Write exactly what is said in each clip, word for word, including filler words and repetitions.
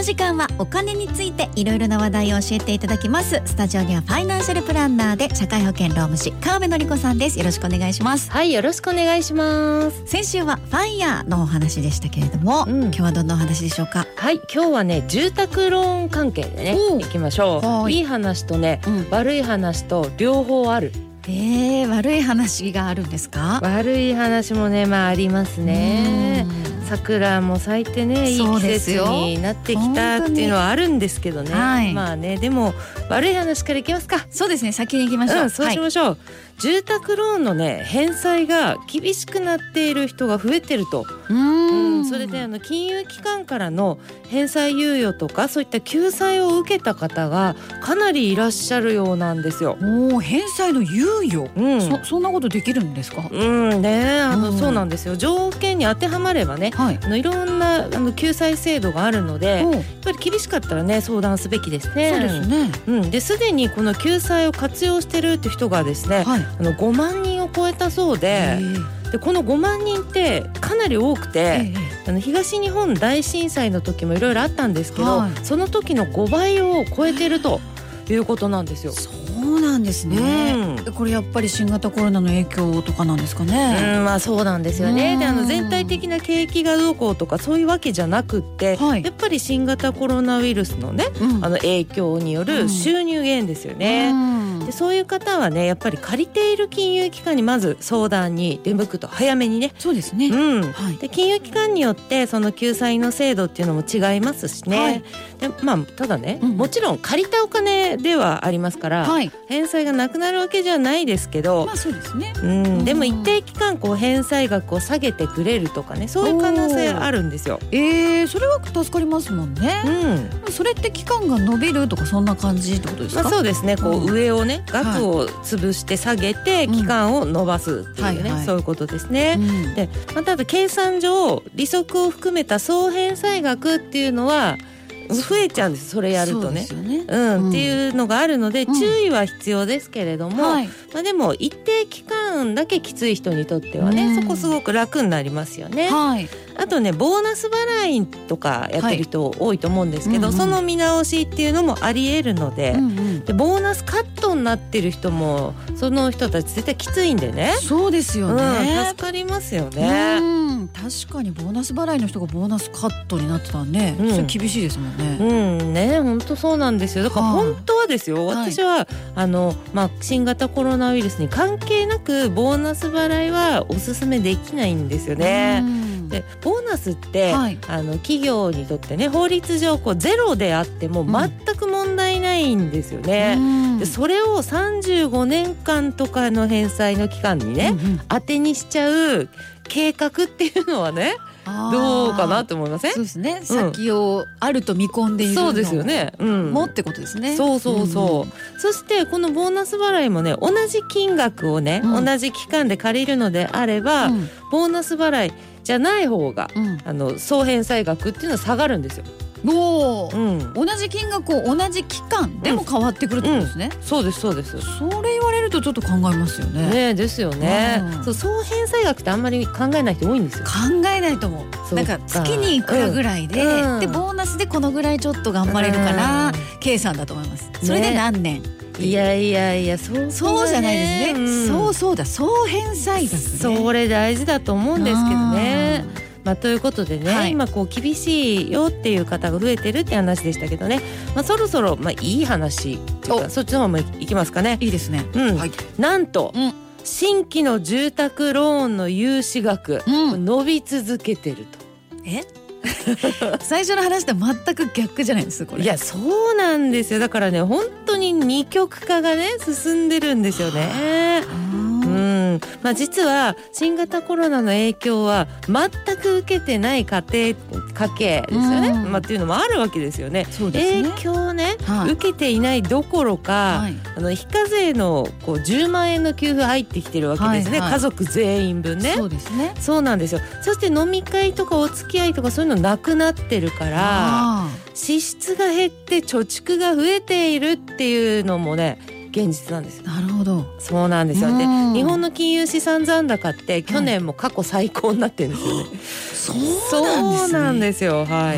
時間はお金についていろいろな話題を教えていただきます。スタジオにはファイナンシャルプランナーで社会保険労務士川辺典子さんです。よろしくお願いします。 はい、よろしくお願いします。 先週はファイヤーのお話でしたけれども、うん、今日はどんなお話でしょうか。 はい、今日はね住宅ローン関係でねいきましょう。いい話とね、うん、悪い話と両方ある。 えー、悪い話があるんですか。 悪い話もね、まあありますね。桜も咲いてね、いい季節になってきたっていうのはあるんですけどね、はい、まあね、でも悪い話からいきますか。 そうですね、先に行きましょう、 うん、そうしましょう、はい、住宅ローンのね返済が厳しくなっている人が増えてると。うーん、うん、それであの金融機関からの返済猶予とかそういった救済を受けた方がかなりいらっしゃるようなんですよ。 おー、返済の猶予、うん、そ, そんなことできるんですか。 うんね、あの、うん、そうなんですよ。条件に当てはまればね、はい、あのいろんなあの救済制度があるので、やっぱり厳しかったらね相談すべきですね。 そうですね、 うん、ですでにこの救済を活用してるって人がですね、はい、あのごまんにんを超えたそうで、でこのごまんにんってかなり多くて、あの東日本大震災の時もいろいろあったんですけど、はい、その時のごばいを超えてるということなんですよ。 そうなんですね、うん、これやっぱり新型コロナの影響とかなんですかね。 うん、まあそうなんですよね。であの全体的な景気がどうこうとかそういうわけじゃなくって、はい、やっぱり新型コロナウイルスのね、うん、あの影響による収入減ですよね、うん、でそういう方はねやっぱり借りている金融機関にまず相談に出向くと早めにね。 そうですね、 うんはい、 で金融機関によってその救済の制度っていうのも違いますしね、はい、でまあ、ただね、うん、もちろん借りたお金ではありますから、はい、返済がなくなるわけじゃないですけど、 まあそうですね、 うん、でも一定期間こう返済額を下げてくれるとかね、そういう可能性あるんですよ。 えー、それは助かりますもんね、うん、それって期間が延びるとかそんな感じってことですか。 まあ、そうですね、こう上をね、うん、額を潰して下げて期間を延ばすっていうね、うんはいはい、そういうことですね、うん、でまた計算上利息を含めた総返済額っていうのは増えちゃうんです。それやるとね、そうですよね、うんうん、っていうのがあるので注意は必要ですけれども、うんはい、まあ、でも一定期間だけきつい人にとってはね、うん、そこすごく楽になりますよね、はい、あとねボーナス払いとかやってる人多いと思うんですけど、はい、その見直しっていうのもあり得るので、うんうん、でボーナスカットになってる人もその人たち絶対きついんでね。 そうですよね、 うん、助かりますよね、 うん、確かにボーナス払いの人がボーナスカットになってたらね、うん、それ厳しいですもんね。 うんね、本当そうなんですよ。だから本当はですよ、はあ、私はあの、まあ、新型コロナウイルスに関係なくボーナス払いはおすすめできないんですよね。でボーナスって、はい、あの企業にとってね法律上こうゼロであっても全く問題ないんですよね、うん、でそれをさんじゅうごねんかんとかの返済の期間にね、うんうん、当てにしちゃう計画っていうのはねどうかなと思いません？ そうですね、先をあると見込んでいるの、 そうですよね、うん、 もってことですね。 そうそうそう、うんうん、そしてこのボーナス払いもね同じ金額をね、うん、同じ期間で借りるのであれば、うん、ボーナス払いじゃない方が、うん、あの総返済額っていうのは下がるんですよ。 お、うん、同じ金額を同じ期間でも変わってくるってことですね、 うんうん、そうですそうです。 それ言われるとちょっと考えますよね。 ねですよね、うん、そう総返済額ってあんまり考えない人多いんですよ。 考えないと思う。なんか月にいくらぐらいで、うん、でボーナスでこのぐらいちょっと頑張れるかな、うん、計算だと思います。それで何年、ね、 いやいやいや そう、ね、 そうじゃないですね、うん、そうそうだ総返済額ね。 それ大事だと思うんですけどね。まあ、ということでね、はい、今こう厳しいよっていう方が増えてるって話でしたけどね、まあ、そろそろまあいい話っていうかそっちの方もいきますかね。 いいですね、 うんはい、 なんと、うん、新規の住宅ローンの融資額、うん、伸び続けてると。 え最初の話と全く逆じゃないですこれ。 いやそうなんですよ。だからね本当に二極化がね進んでるんですよね。うんまあ、実は新型コロナの影響は全く受けてない家庭家計ですよね、まあ、っていうのもあるわけですよね。 そうですね、 影響をね、 はい、 受けていないどころか、はい、あの非課税のこうじゅうまんえんの給付入ってきてるわけですね、はいはい、家族全員分ね。 そうですね、 そうなんですよ。そして飲み会とかお付き合いとかそういうのなくなってるから支出が減って貯蓄が増えているっていうのもね現実なんですよ。 なるほど。 そうなんですよ。で日本の金融資産残高って去年も過去最高になってるんですよね、はい、 そうなんですね。 そうなんですよ、はい、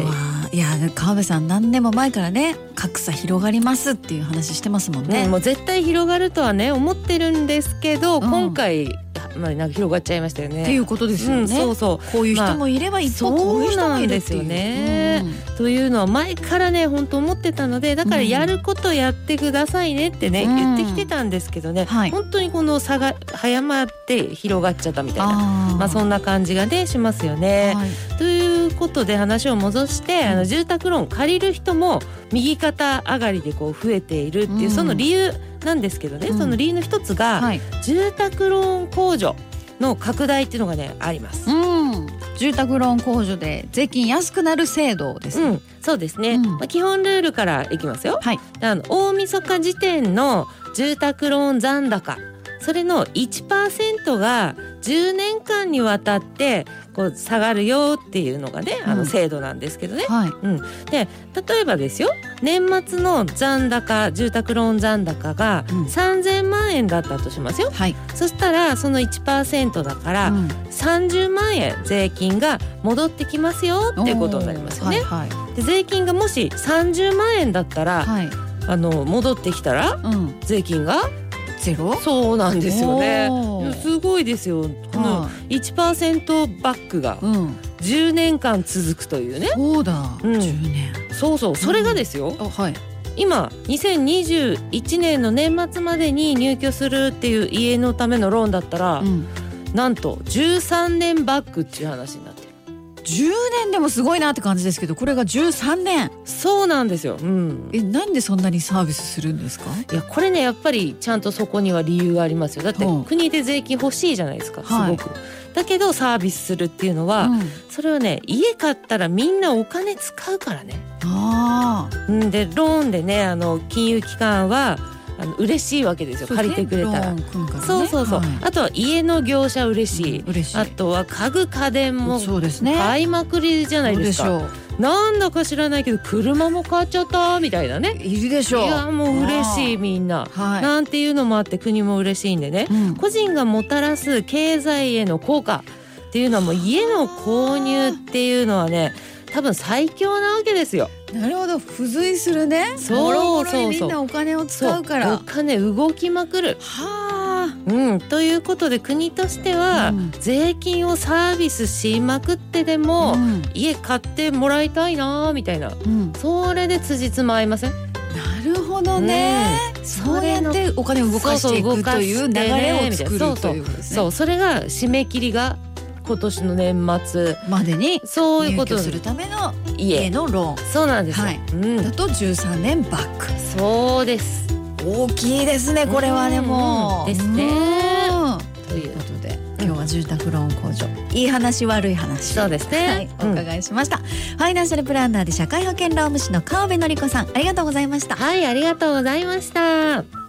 いや川辺さん何年も前からね格差広がりますっていう話してますもんね、 うん、もう絶対広がるとはね思ってるんですけど、うん、今回まあ、なんか広がっちゃいましたよねっていうことですよね、うん、 そうそうこういう人もいれば、まあ、一方こういう人もいるっていうそうなんですよね、うん、というのは前からね本当思ってたのでだからやることやってくださいねってね、うん、言ってきてたんですけどね、はい、本当にこの差が早まって広がっちゃったみたいなあ、まあ、そんな感じがねしますよね、はい、ということで話を戻して、うん、あの住宅ローン借りる人も右肩上がりでこう増えているっていう、うん、その理由なんですけどね、うん、その理由の一つが、はい、住宅ローン控除の拡大っていうのがねあります、 うん、住宅ローン控除で税金安くなる制度ですね、 うん、そうですね、うんまあ、基本ルールからいきますよ、はい、あの大晦日時点の住宅ローン残高それの いちパーセント がじゅうねんかんにわたってこう下がるよっていうのがね、うん、あの制度なんですけどね、はいうん、で例えばですよ年末の残高住宅ローン残高がさんぜんまんえんだったとしますよ、はい、そしたらその いちパーセント だから、うん、さんじゅうまんえん税金が戻ってきますよっていうことになりますよね、はいはい、で税金がもしさんじゅうまんえんだったら、はい、あの戻ってきたら、うん、税金がゼロ？そうなんですよね。すごいですよ。この いちパーセント バックがじゅうねんかん続くというね。 そうだ、うん、じゅうねん。 そうそう、それがですよ、うんはい、今にせんにじゅういちねんの年末までに入居するっていう家のためのローンだったら、うん、なんとじゅうさんねんバックっていう話になってる。 じゅうねんでもすごいなって感じですけどこれがじゅうさんねん。 そうなんですよ、うん、 えなんでそんなにサービスするんですか？ いやこれねやっぱりちゃんとそこには理由がありますよ。だって国で税金欲しいじゃないですかすごく、はい、だけどサービスするっていうのは、うん、それはね家買ったらみんなお金使うからね。あーでローンでねあの金融機関はあの嬉しいわけですよ借りてくれたら、ね、そうそうそう、はい、あとは家の業者嬉しい、うん、嬉しいあとは家具家電も買いまくりじゃないですか。そうでしょう。なんだか知らないけど車も買っちゃったみたいなねいるでしょう。 いやもう嬉しいみんな、はい、なんていうのもあって国も嬉しいんでね、うん、個人がもたらす経済への効果っていうのはもう家の購入っていうのはね多分最強なわけですよ。 なるほど付随するね。 そうそうそうみんなお金を使うからお金動きまくる。はあ、うん、ということで国としては、うん、税金をサービスしまくってでも、うん、家買ってもらいたいなみたいな、うん、それで辻褄合いません？ なるほどね、うん、そうやってお金を動かしていくという流れを作るということですね。 そうそれが締め切りが今年の年末までにそういうこと入居するための家のローン。 そうなんですよ、はいうん、だとじゅうさんねんバック。 そうです。 大きいですねこれは。でもですねということで今日は住宅ローン控除いい話悪い話そうですね、 はい、お伺いしました、うん、ファイナンシャルプランナーで社会保険労務士の川辺典子さんありがとうございました。 はいありがとうございました。